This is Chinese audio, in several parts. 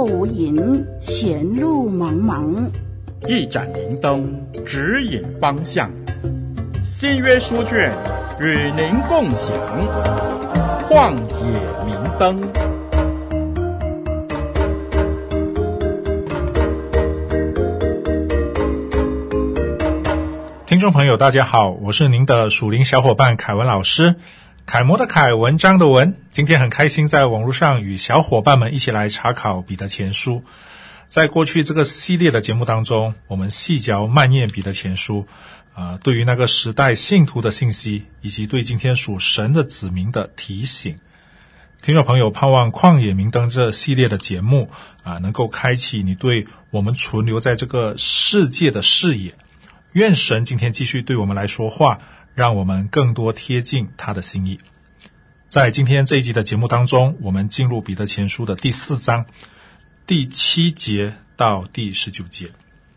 后无垠，前路茫茫。 一盏明灯，指引方向。新约书卷与您共享，旷野明灯。 听众朋友大家好，我是您的属灵小伙伴凯文老师，楷模的楷，文章的文。今天很开心在网络上与小伙伴们一起来查考彼得前书。在过去这个系列的节目当中，我们细嚼慢咽彼得前书，对于那个时代信徒的信息，以及对今天属神的子民的提醒。听众朋友，盼望旷野明灯这系列的节目能够开启你对我们存留在这个世界的视野。愿神今天继续对我们来说话，让我们更多贴近他的心意。在今天这一集的节目当中，我们进入彼得前书的第4章第7节到第19节。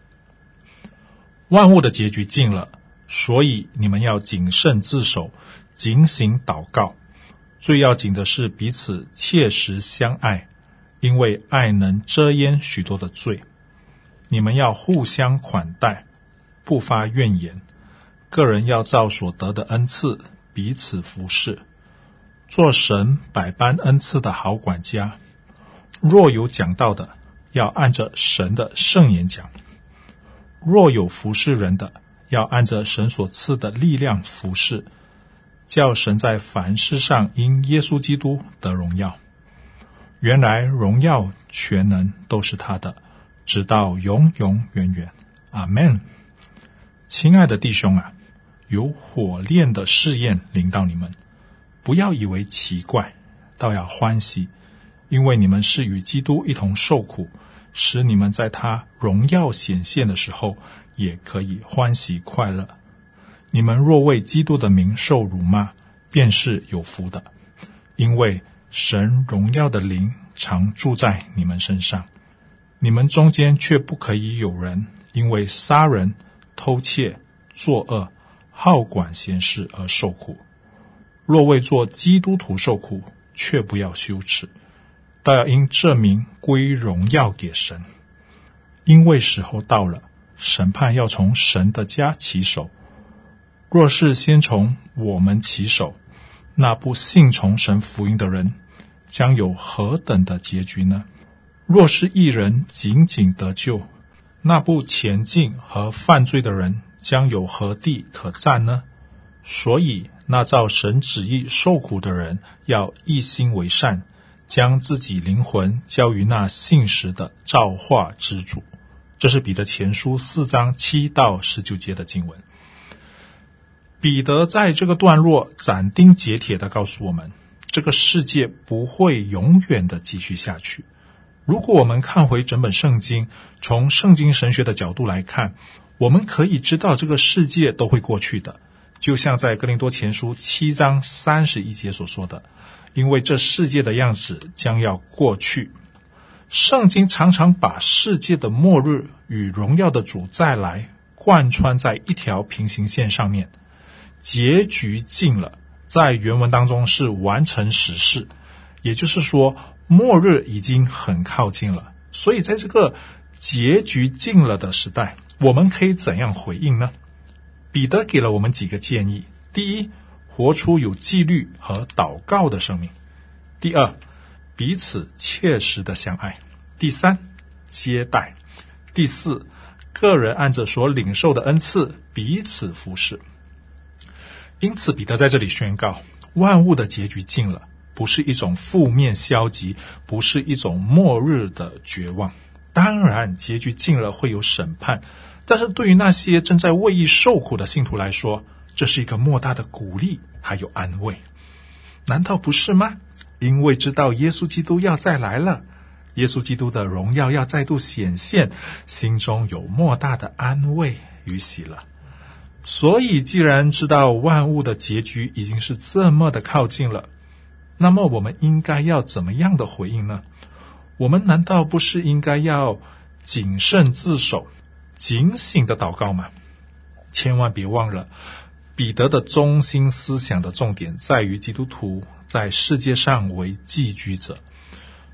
万物的结局近了，所以你们要谨慎自守，警醒祷告。最要紧的是彼此切实相爱，因为爱能遮掩许多的罪。你们要互相款待，不发怨言，个人要照所得的恩赐彼此服侍，做神百般恩赐的好管家。若有讲道的，要按着神的圣言讲；若有服侍人的，要按着神所赐的力量服侍，叫神在凡事上因耶稣基督得荣耀。原来荣耀全能都是他的，直到永永远远。阿们。亲爱的弟兄啊，有火炼的试验临到你们，不要以为奇怪，倒要欢喜，因为你们是与基督一同受苦，使你们在他荣耀显现的时候，也可以欢喜快乐。你们若为基督的名受辱骂，便是有福的，因为神荣耀的灵常住在你们身上。你们中间却不可以有人因为杀人、偷窃、作恶、好管闲事而受苦。若为做基督徒受苦，却不要羞耻，倒要因这名归荣耀给神。因为时候到了，审判要从神的家起手。若是先从我们起手，那不信从神福音的人将有何等的结局呢？若是一人仅仅得救，那不前进和犯罪的人将有何地可站呢？所以那照神旨意受苦的人要一心为善，将自己灵魂交于那信实的造化之主。这是彼得前书4章7到19节的经文。彼得在这个段落斩钉截铁地告诉我们，这个世界不会永远的继续下去。如果我们看回整本圣经，从圣经神学的角度来看，我们可以知道这个世界都会过去的，就像在哥林多前书7章31节所说的，因为这世界的样子将要过去。圣经常常把世界的末日与荣耀的主再来贯穿在一条平行线上面。结局近了，在原文当中是完成时事，也就是说末日已经很靠近了。所以在这个结局近了的时代，我们可以怎样回应呢？彼得给了我们几个建议。第一，活出有纪律和祷告的生命。第二，彼此切实的相爱。第三，接待。第四，个人按着所领受的恩赐彼此服侍。因此彼得在这里宣告，万物的结局近了，不是一种负面消极，不是一种末日的绝望。当然结局近了会有审判，但是对于那些正在为义受苦的信徒来说，这是一个莫大的鼓励还有安慰。难道不是吗？因为知道耶稣基督要再来了，耶稣基督的荣耀要再度显现，心中有莫大的安慰与喜乐。所以既然知道万物的结局已经是这么的靠近了，那么我们应该要怎么样的回应呢？我们难道不是应该要谨慎自守，警醒的祷告吗？千万别忘了，彼得的中心思想的重点在于基督徒在世界上为寄居者。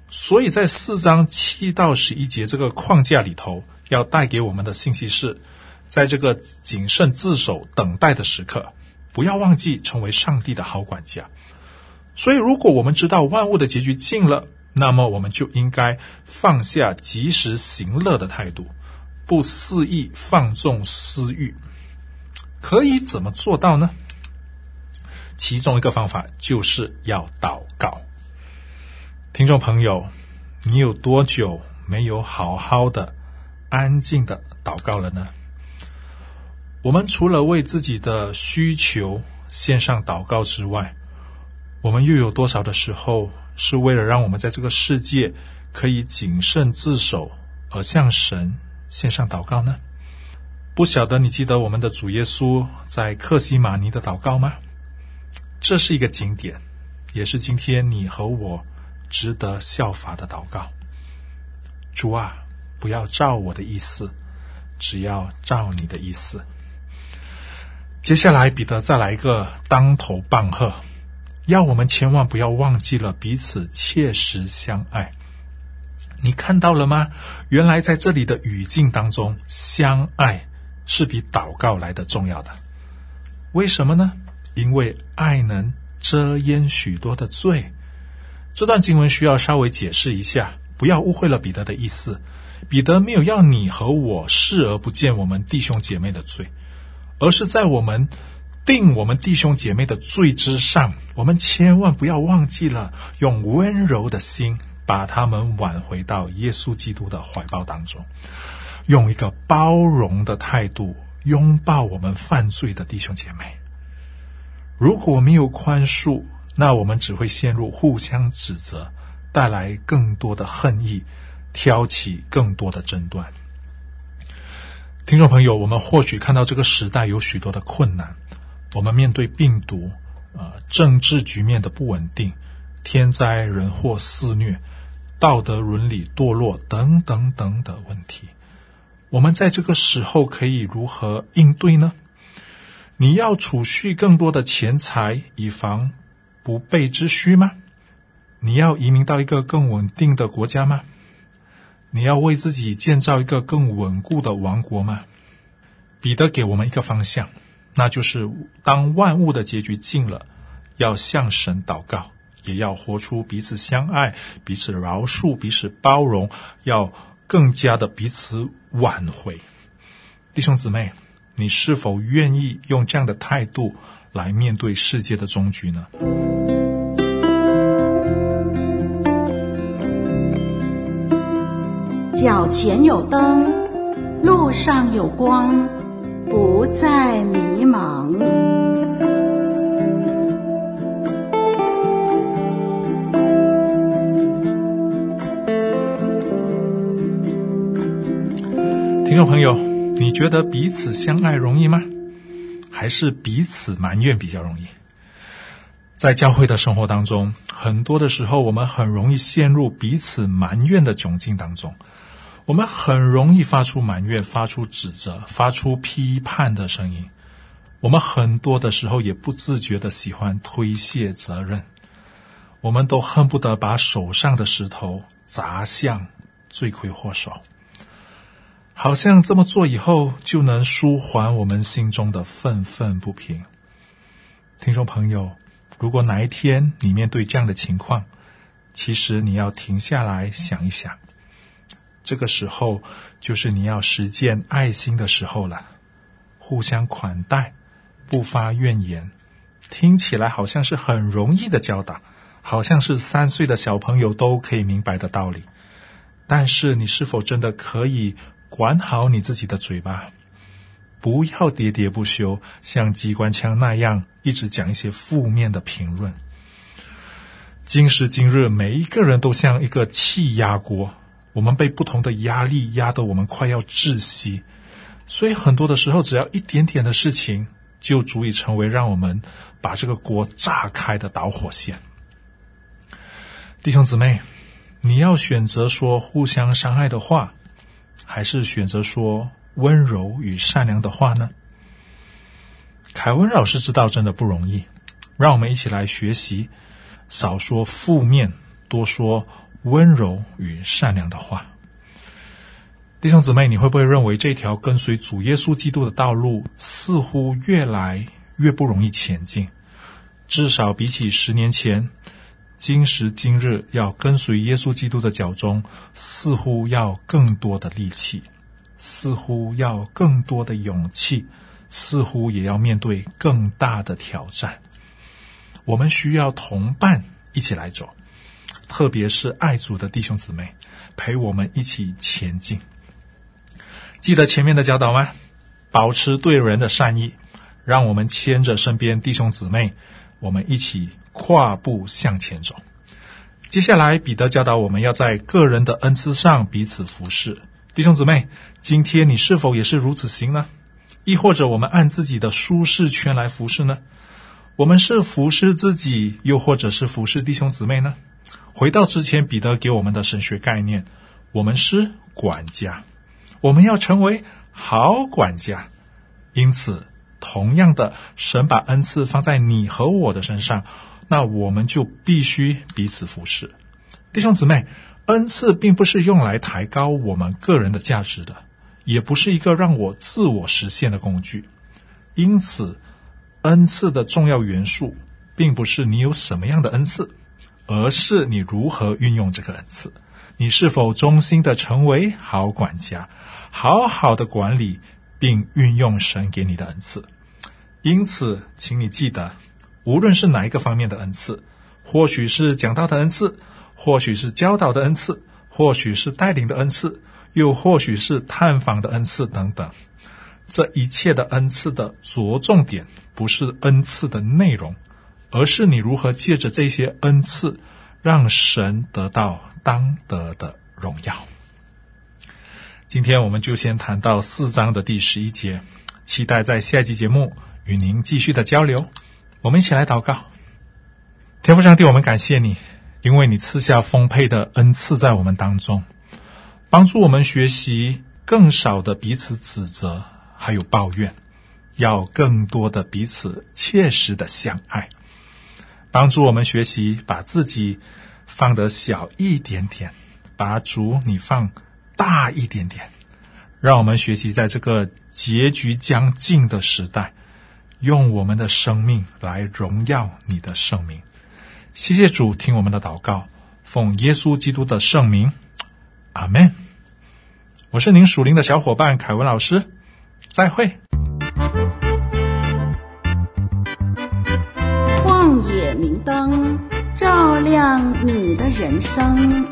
所以在4章7到11节这个框架里头，要带给我们的信息是，在这个谨慎自守等待的时刻，不要忘记成为上帝的好管家。所以如果我们知道万物的结局近了，那么我们就应该放下及时行乐的态度，不肆意放纵私欲。可以怎么做到呢？其中一个方法就是要祷告。听众朋友，你有多久没有好好的安静的祷告了呢？我们除了为自己的需求献上祷告之外，我们又有多少的时候是为了让我们在这个世界可以谨慎自守而向神献上祷告呢？不晓得你记得我们的主耶稣在客西马尼的祷告吗？这是一个经典，也是今天你和我值得效法的祷告。主啊，不要照我的意思，只要照你的意思。接下来彼得再来一个当头棒喝，要我们千万不要忘记了彼此切实相爱。你看到了吗？原来在这里的语境当中，相爱是比祷告来的重要的。为什么呢？因为爱能遮掩许多的罪。这段经文需要稍微解释一下，不要误会了彼得的意思。彼得没有要你和我视而不见我们弟兄姐妹的罪，而是在我们定我们弟兄姐妹的罪之上，我们千万不要忘记了用温柔的心把他们挽回到耶稣基督的怀抱当中，用一个包容的态度拥抱我们犯罪的弟兄姐妹。如果没有宽恕，那我们只会陷入互相指责，带来更多的恨意，挑起更多的争端。听众朋友，我们或许看到这个时代有许多的困难，我们面对病毒、政治局面的不稳定，天灾人祸肆虐，道德伦理堕落等等等的问题，我们在这个时候可以如何应对呢？你要储蓄更多的钱财，以防不备之需吗？你要移民到一个更稳定的国家吗？你要为自己建造一个更稳固的王国吗？彼得给我们一个方向，那就是当万物的结局近了，要向神祷告，也要活出彼此相爱、彼此饶恕、彼此包容，要更加的彼此挽回。弟兄姊妹，你是否愿意用这样的态度来面对世界的终局呢？ 脚前有灯，路上有光，不再迷茫。 听众朋友，你觉得彼此相爱容易吗？还是彼此埋怨比较容易？在教会的生活当中，很多的时候我们很容易陷入彼此埋怨的窘境当中，我们很容易发出埋怨、发出指责、发出批判的声音。我们很多的时候也不自觉的喜欢推卸责任，我们都恨不得把手上的石头砸向罪魁祸首，好像这么做以后就能舒缓我们心中的愤愤不平。听众朋友，如果哪一天你面对这样的情况，其实你要停下来想一想，这个时候就是你要实践爱心的时候了。互相款待，不发怨言，听起来好像是很容易的教导，好像是3岁的小朋友都可以明白的道理。但是你是否真的可以管好你自己的嘴巴，不要喋喋不休，像机关枪那样一直讲一些负面的评论。今时今日，每一个人都像一个气压锅，我们被不同的压力压得我们快要窒息，所以很多的时候只要一点点的事情就足以成为让我们把这个锅炸开的导火线。弟兄姊妹，你要选择说互相伤害的话，还是选择说温柔与善良的话呢？凯文老师知道真的不容易，让我们一起来学习，少说负面，多说温柔与善良的话。弟兄姊妹，你会不会认为这条跟随主耶稣基督的道路似乎越来越不容易前进？至少比起10年前，今时今日要跟随耶稣基督的脚中，似乎要更多的力气，似乎要更多的勇气，似乎也要面对更大的挑战。我们需要同伴一起来走，特别是爱主的弟兄姊妹陪我们一起前进。记得前面的教导吗？保持对人的善意，让我们牵着身边弟兄姊妹，我们一起跨步向前走。接下来彼得教导我们要在个人的恩赐上彼此服侍。弟兄姊妹，今天你是否也是如此行呢？亦或者我们按自己的舒适圈来服侍呢？我们是服侍自己，又或者是服侍弟兄姊妹呢？回到之前彼得给我们的神学概念，我们是管家，我们要成为好管家。因此同样的，神把恩赐放在你和我的身上，那我们就必须彼此服侍。弟兄姊妹，恩赐并不是用来抬高我们个人的价值的，也不是一个让我自我实现的工具。因此恩赐的重要元素并不是你有什么样的恩赐，而是你如何运用这个恩赐。你是否忠心的成为好管家，好好的管理并运用神给你的恩赐。因此请你记得，无论是哪一个方面的恩赐，或许是讲道的恩赐，或许是教导的恩赐，或许是带领的恩赐，又或许是探访的恩赐等等，这一切的恩赐的着重点不是恩赐的内容，而是你如何借着这些恩赐让神得到当得的荣耀。今天我们就先谈到4章的第11节，期待在下一集节目与您继续的交流。我们一起来祷告。天父上帝，我们感谢你，因为你赐下丰沛的恩赐在我们当中，帮助我们学习更少的彼此指责还有抱怨，要更多的彼此切实的相爱，帮助我们学习把自己放得小一点点，把主你放大一点点，让我们学习在这个结局将近的时代，用我们的生命来荣耀你的圣名。谢谢主，听我们的祷告，奉耶稣基督的圣名，阿们。我是您属灵的小伙伴凯文老师，再会。 旷野明灯，照亮你的人生。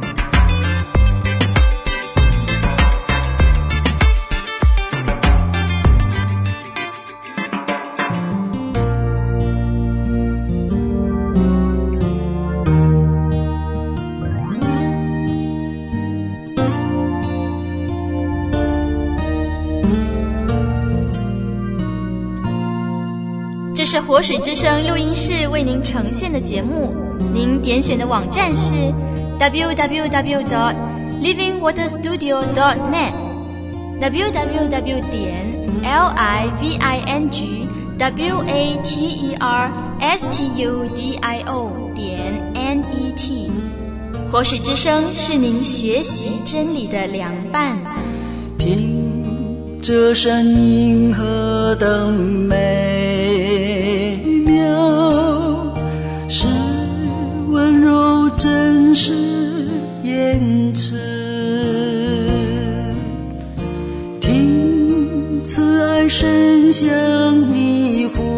这是活水之声录音室为您呈现的节目，您点选的网站是 www.livingwaterstudio.net www.livingwaterstudio.net 活水之声是您学习真理的良伴。 听这声音何等美妙，是温柔真实言辞，听慈爱声响你呼